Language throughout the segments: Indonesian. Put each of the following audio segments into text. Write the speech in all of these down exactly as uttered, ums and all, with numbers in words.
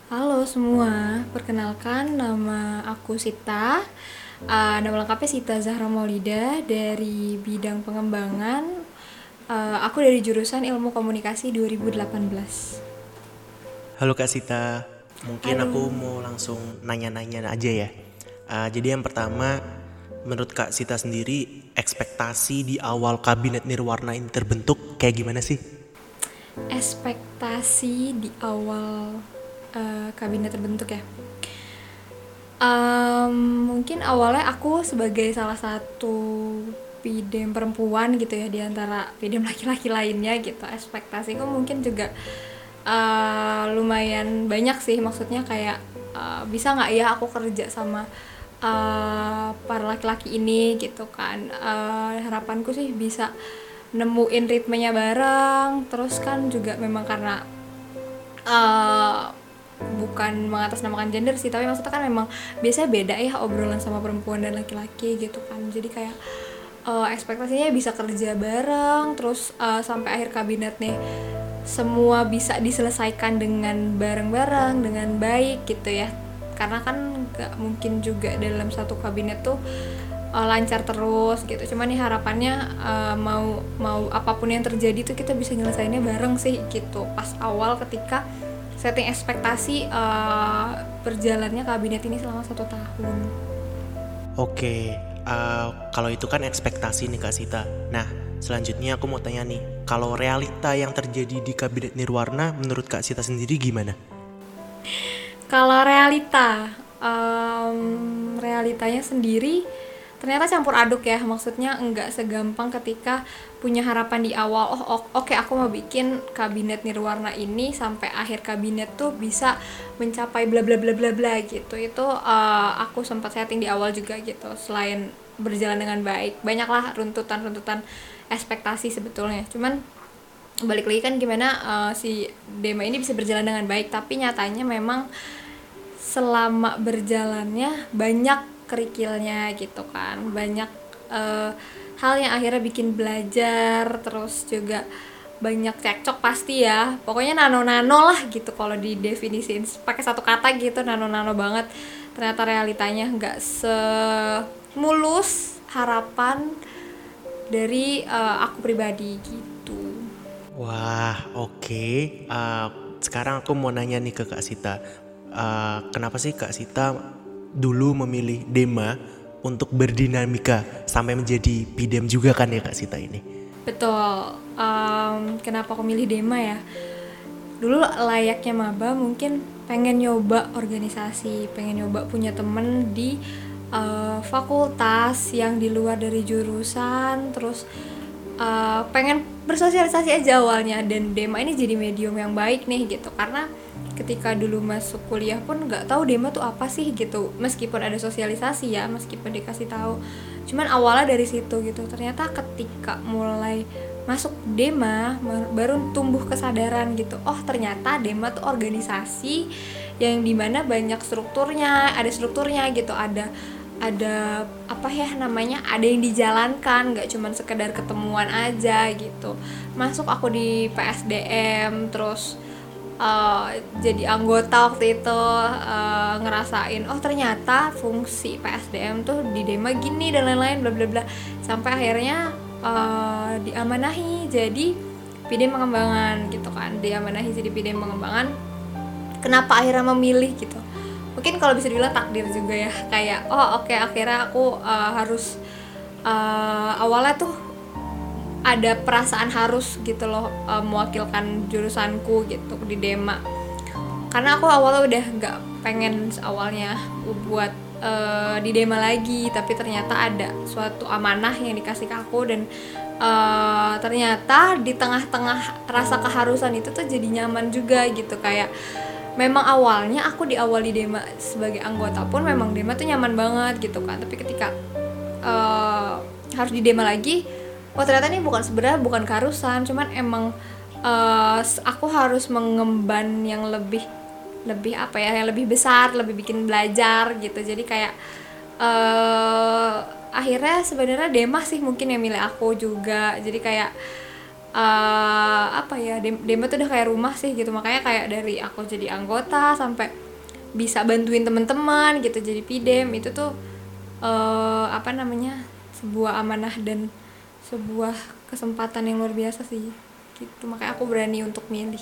Halo semua, perkenalkan nama aku Sita. Uh, nama lengkapnya Sita Zahra Maulida dari bidang pengembangan. Uh, aku dari jurusan Ilmu Komunikasi dua ribu delapan belas. Halo Kak Sita, mungkin Halo. aku mau langsung nanya-nanya aja ya. Uh, jadi yang pertama, menurut Kak Sita sendiri, ekspektasi di awal kabinet Nirwarna ini terbentuk kayak gimana sih? Ekspektasi di awal uh, kabinet terbentuk ya. Um, mungkin awalnya aku sebagai salah satu pidem perempuan gitu ya di antara pidem laki-laki lainnya gitu. Ekspektasiku mungkin juga uh, lumayan banyak sih, maksudnya kayak uh, bisa nggak ya aku kerja sama uh, para laki-laki ini gitu kan. Uh, harapanku sih bisa nemuin ritmenya bareng, terus kan juga memang karena uh, bukan mengatasnamakan gender sih, tapi maksudnya kan memang biasanya beda ya obrolan sama perempuan dan laki-laki gitu kan. Jadi kayak uh, ekspektasinya bisa kerja bareng, terus uh, sampai akhir kabinet nih semua bisa diselesaikan dengan bareng-bareng dengan baik gitu ya, karena kan gak mungkin juga dalam satu kabinet tuh uh, lancar terus gitu. Cuman nih harapannya uh, mau mau apapun yang terjadi tuh kita bisa nyelesainnya bareng sih gitu pas awal ketika setting ekspektasi uh, berjalannya kabinet ini selama satu tahun. Oke, uh, kalau itu kan ekspektasi nih Kak Sita. Nah, selanjutnya aku mau tanya nih, kalau realita yang terjadi di kabinet Nirwarna menurut Kak Sita sendiri gimana? Kalau realita, um, realitanya sendiri ternyata campur aduk ya, maksudnya enggak segampang ketika punya harapan di awal, oh oke okay, aku mau bikin kabinet Nirwarna ini sampai akhir kabinet tuh bisa mencapai bla bla bla bla bla gitu. Itu uh, aku sempat setting di awal juga gitu. Selain berjalan dengan baik, banyaklah runtutan-runtutan ekspektasi sebetulnya. Cuman balik lagi kan gimana uh, si Dema ini bisa berjalan dengan baik, tapi nyatanya memang selama berjalannya banyak kerikilnya gitu kan, banyak uh, hal yang akhirnya bikin belajar, terus juga banyak cekcok pasti ya, pokoknya nano-nano lah gitu kalau didefinisiin pakai satu kata gitu, nano-nano banget. Ternyata realitanya nggak semulus harapan dari uh, aku pribadi gitu. Wah, oke. Uh, sekarang aku mau nanya nih ke Kak Sita. Uh, kenapa sih Kak Sita dulu memilih Dema untuk berdinamika sampai menjadi Pidem juga kan ya Kak Sita ini? Betul. Um, kenapa aku milih Dema ya? Dulu layaknya maba mungkin pengen nyoba organisasi, pengen nyoba punya temen di uh, fakultas yang di luar dari jurusan, terus uh, pengen bersosialisasi aja awalnya, dan Dema ini jadi medium yang baik nih gitu, karena ketika dulu masuk kuliah pun nggak tahu Dema tuh apa sih gitu, meskipun ada sosialisasi ya, meskipun dikasih tahu, cuman awalnya dari situ gitu. Ternyata ketika mulai masuk Dema baru tumbuh kesadaran gitu, oh ternyata Dema tuh organisasi yang dimana banyak strukturnya, ada strukturnya gitu, ada ada apa ya namanya, ada yang dijalankan, nggak cuman sekedar ketemuan aja gitu. Masuk aku di P S D M, terus uh, jadi anggota waktu itu, uh, ngerasain oh ternyata fungsi P S D M tuh di Dema gini dan lain-lain bla bla bla, sampai akhirnya uh, diamanahi jadi pidem pengembangan gitu kan, diamanahi jadi pidem pengembangan. Kenapa akhirnya memilih gitu, mungkin kalau bisa dibilang takdir juga ya, kayak oh oke okay, akhirnya aku uh, harus uh, awalnya tuh ada perasaan harus gitu loh, uh, mewakilkan jurusanku gitu di Dema, karena aku awalnya udah nggak pengen awalnya buat uh, di Dema lagi, tapi ternyata ada suatu amanah yang dikasih ke aku, dan uh, ternyata di tengah-tengah rasa keharusan itu tuh jadi nyaman juga gitu. Kayak memang awalnya aku di awal di Dema sebagai anggota pun memang Dema tuh nyaman banget gitu kan, tapi ketika uh, harus di Dema lagi, oh ternyata ini bukan, sebenarnya bukan keharusan, cuman emang uh, aku harus mengemban yang lebih lebih apa ya, yang lebih besar, lebih bikin belajar gitu. Jadi kayak uh, akhirnya sebenarnya Dema sih mungkin yang milih aku juga. Jadi kayak uh, apa ya, Dem- Dema tuh udah kayak rumah sih gitu. Makanya kayak dari aku jadi anggota sampai bisa bantuin teman-teman gitu jadi Pidem, itu tuh uh, apa namanya, sebuah amanah dan sebuah kesempatan yang luar biasa sih gitu. Makanya aku berani untuk milih.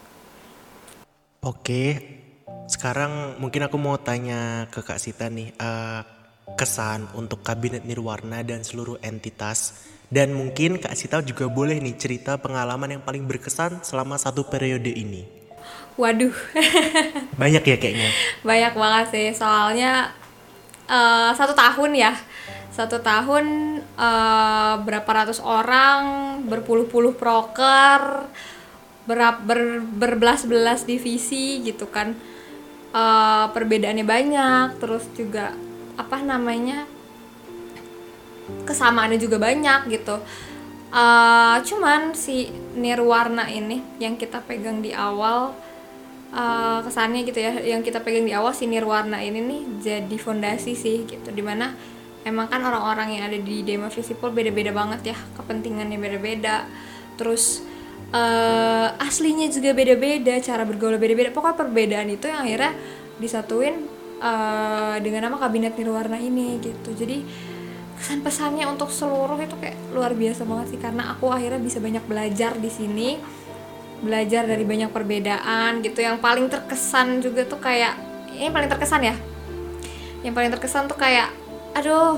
Oke, sekarang mungkin aku mau tanya ke Kak Sita nih, eh, kesan untuk Kabinet Nirwarna dan seluruh entitas. Dan mungkin Kak Sita juga boleh nih cerita pengalaman yang paling berkesan selama satu periode ini. Waduh, Banyak ya kayaknya. banyak banget sih soalnya uh, satu tahun ya, satu tahun uh, berapa ratus orang, berpuluh-puluh proker, berap, ber, berbelas-belas divisi gitu kan. Uh, perbedaannya banyak, terus juga apa namanya, kesamaannya juga banyak gitu. Uh, cuman si Nirwarna ini yang kita pegang di awal, uh, kesannya gitu ya, yang kita pegang di awal si Nirwarna ini nih jadi fondasi sih gitu, dimana emang kan orang-orang yang ada di Dema Visipol beda-beda banget ya, kepentingannya beda-beda, terus uh, aslinya juga beda-beda, cara bergaul beda-beda, pokoknya perbedaan itu yang akhirnya disatuin uh, dengan nama Kabinet Nirwarna ini gitu. Jadi kesan pesannya untuk seluruh itu kayak luar biasa banget sih, karena aku akhirnya bisa banyak belajar di sini, belajar dari banyak perbedaan gitu. Yang paling terkesan juga tuh kayak, ini paling terkesan ya, yang paling terkesan tuh kayak aduh,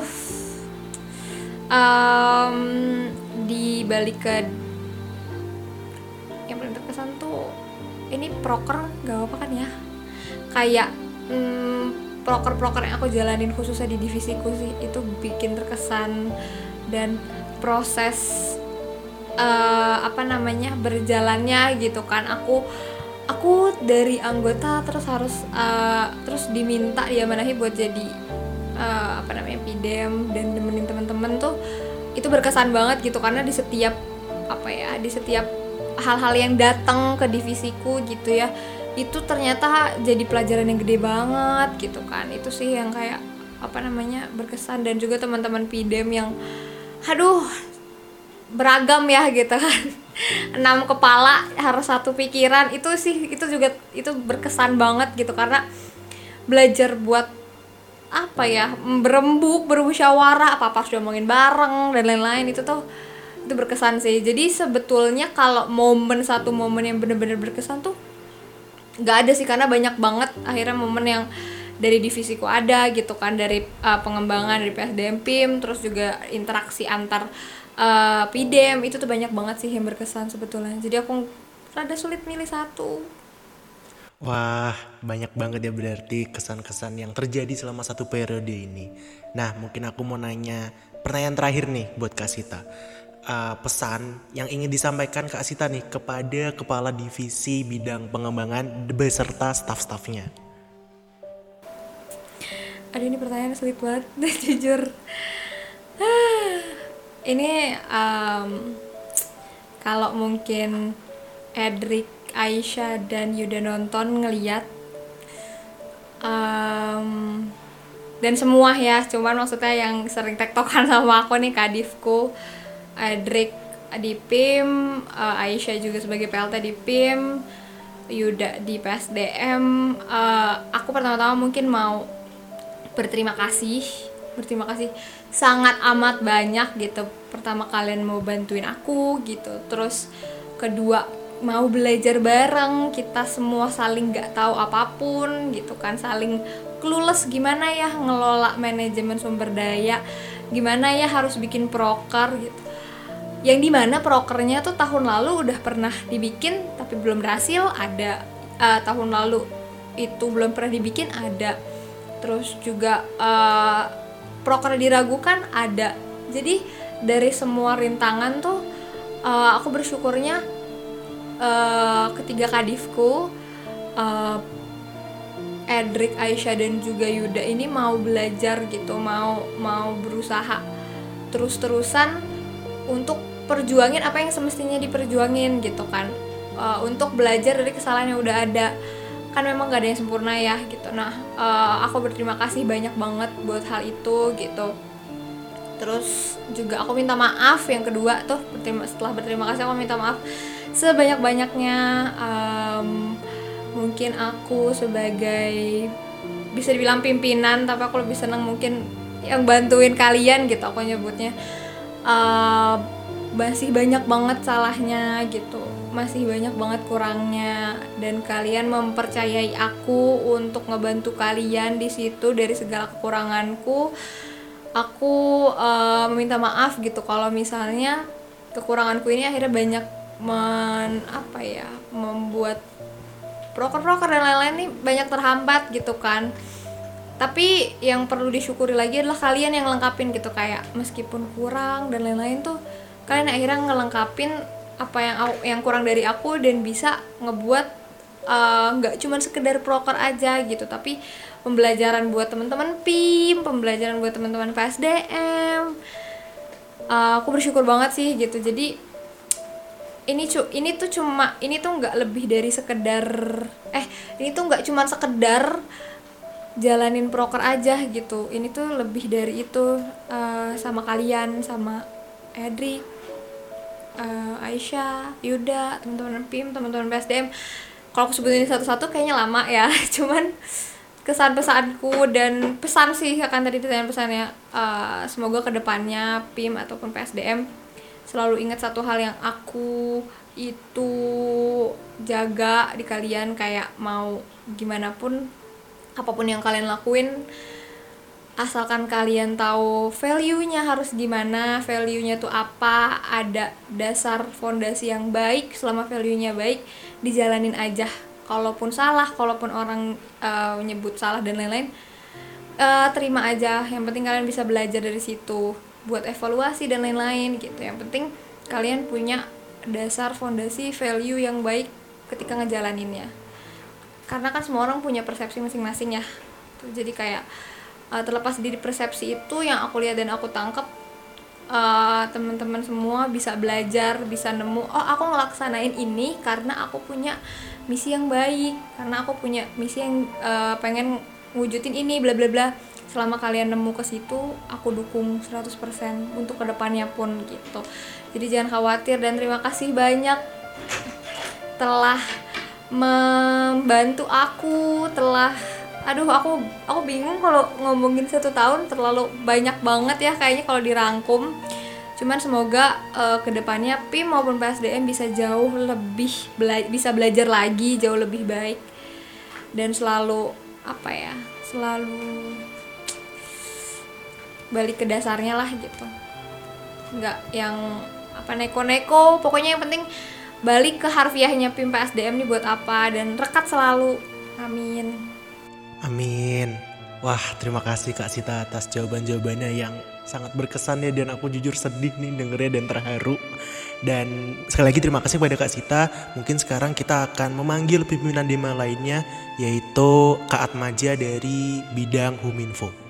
um, di balik ke yang paling terkesan tuh ini proker gak apa kan ya, kayak hmm, proker-proker yang aku jalanin khususnya di divisiku sih itu bikin terkesan. Dan proses uh, apa namanya berjalannya gitu kan, aku aku dari anggota terus harus uh, terus diminta diamanahi buat jadi uh, apa namanya Pidem dan nemenin teman-teman tuh, itu berkesan banget gitu, karena di setiap apa ya, di setiap hal-hal yang datang ke divisiku gitu ya, itu ternyata jadi pelajaran yang gede banget gitu kan. Itu sih yang kayak apa namanya berkesan. Dan juga teman-teman Pidem yang aduh beragam ya gitu kan, enam kepala harus satu pikiran, itu sih itu juga itu berkesan banget gitu, karena belajar buat apa ya, berembuk, bermusyawarah, apa-apa harus diomongin bareng dan lain-lain, itu tuh itu berkesan sih. Jadi sebetulnya kalau momen satu momen yang benar-benar berkesan tuh nggak ada sih, karena banyak banget akhirnya momen yang dari divisiku ada gitu kan, dari uh, pengembangan dari P S D M P I M, terus juga interaksi antar uh, Pidem, itu tuh banyak banget sih yang berkesan sebetulnya. Jadi aku rada sulit milih satu. Wah, banyak banget ya berarti kesan-kesan yang terjadi selama satu periode ini. Nah, mungkin aku mau nanya pertanyaan terakhir nih buat Kak Sita. Uh, pesan yang ingin disampaikan Kak Sita nih kepada kepala divisi bidang pengembangan beserta staf-stafnya. Aduh, ini pertanyaan sulit banget jujur. Ini um, kalau mungkin Edric, Aisyah dan Yuda nonton ngeliat, um, dan semua ya, cuman maksudnya yang sering tektokan sama aku nih kadifku, Edric di P I M, uh, Aisyah juga sebagai P L T di P I M, Yuda di P S D M. uh, aku pertama-tama mungkin mau berterima kasih berterima kasih sangat amat banyak gitu. Pertama, kalian mau bantuin aku gitu, terus kedua mau belajar bareng, kita semua saling gak tahu apapun gitu kan, saling clueless gimana ya ngelola manajemen sumber daya, gimana ya harus bikin proker gitu, yang dimana prokernya tuh tahun lalu udah pernah dibikin tapi belum berhasil ada, uh, tahun lalu itu belum pernah dibikin ada, terus juga uh, proker diragukan ada. Jadi dari semua rintangan tuh uh, aku bersyukurnya uh, ketiga kadifku, uh, Edric, Aisyah dan juga Yuda ini mau belajar gitu, mau mau berusaha terus-terusan untuk perjuangin apa yang semestinya diperjuangin gitu kan, uh, untuk belajar dari kesalahan yang udah ada. Kan memang gak ada yang sempurna ya gitu. Nah, uh, aku berterima kasih banyak banget buat hal itu gitu. Terus juga aku minta maaf yang kedua tuh, berterima, setelah berterima kasih aku minta maaf sebanyak-banyaknya. Um, mungkin aku sebagai bisa dibilang pimpinan, tapi aku lebih senang mungkin yang bantuin kalian gitu aku nyebutnya. Uh, masih banyak banget salahnya gitu, masih banyak banget kurangnya, dan kalian mempercayai aku untuk ngebantu kalian di situ dari segala kekuranganku. Aku uh, meminta maaf gitu kalau misalnya kekuranganku ini akhirnya banyak men apa ya membuat proker-proker dan lain-lain nih banyak terhambat gitu kan. Tapi yang perlu disyukuri lagi adalah kalian yang lengkapin gitu, kayak meskipun kurang dan lain-lain tuh kalian akhirnya ngelengkapin apa yang yang kurang dari aku dan bisa ngebuat nggak uh, cuman sekedar proker aja gitu, tapi pembelajaran buat teman-teman P I M, pembelajaran buat teman-teman P S D M. Uh, aku bersyukur banget sih gitu. Jadi ini cu ini tuh cuma ini tuh nggak lebih dari sekedar eh ini tuh nggak cuma sekedar jalanin proker aja gitu. Ini tuh lebih dari itu, uh, sama kalian, sama Edric, uh, Aisyah, Yuda, teman-teman P I M, teman-teman P S D M. Kalau aku sebutin satu-satu kayaknya lama ya. Cuman kesan-pesanku dan pesan sih akan tadi ditanya pesannya, uh, semoga kedepannya P I M ataupun P S D M selalu ingat satu hal yang aku itu jaga di kalian, kayak mau gimana pun apapun yang kalian lakuin, asalkan kalian tahu value-nya harus gimana, value-nya tuh apa, ada dasar fondasi yang baik. Selama value-nya baik, dijalanin aja. Kalaupun salah, kalaupun orang uh, nyebut salah dan lain-lain, uh, terima aja. Yang penting kalian bisa belajar dari situ, buat evaluasi dan lain-lain gitu. Yang penting kalian punya dasar fondasi value yang baik ketika ngejalaninnya. Karena kan semua orang punya persepsi masing-masing ya. Jadi kayak uh, terlepas dari persepsi itu yang aku lihat dan aku tangkap, uh, teman-teman semua bisa belajar, bisa nemu, oh aku ngelaksanain ini karena aku punya misi yang baik, karena aku punya misi yang uh, pengen wujudin ini, bla bla bla. Selama kalian nemu ke situ, aku dukung seratus persen untuk kedepannya pun gitu. Jadi jangan khawatir, dan terima kasih banyak telah membantu aku, telah aduh aku aku bingung kalau ngomongin satu tahun, terlalu banyak banget ya kayaknya kalau dirangkum. Cuman semoga uh, kedepannya P I M maupun P S D M bisa jauh lebih bela- bisa belajar lagi jauh lebih baik, dan selalu apa ya selalu balik ke dasarnya lah gitu, nggak yang apa neko-neko. Pokoknya yang penting balik ke harfiahnya P I M P S D M nih buat apa, dan rekat selalu. Amin. Amin. Wah, terima kasih Kak Sita atas jawaban-jawabannya yang sangat berkesan ya, dan aku jujur sedih nih dengernya dan terharu. Dan sekali lagi terima kasih kepada Kak Sita. Mungkin sekarang kita akan memanggil pimpinan Dema lainnya, yaitu Kak Atmaja dari bidang Huminfo.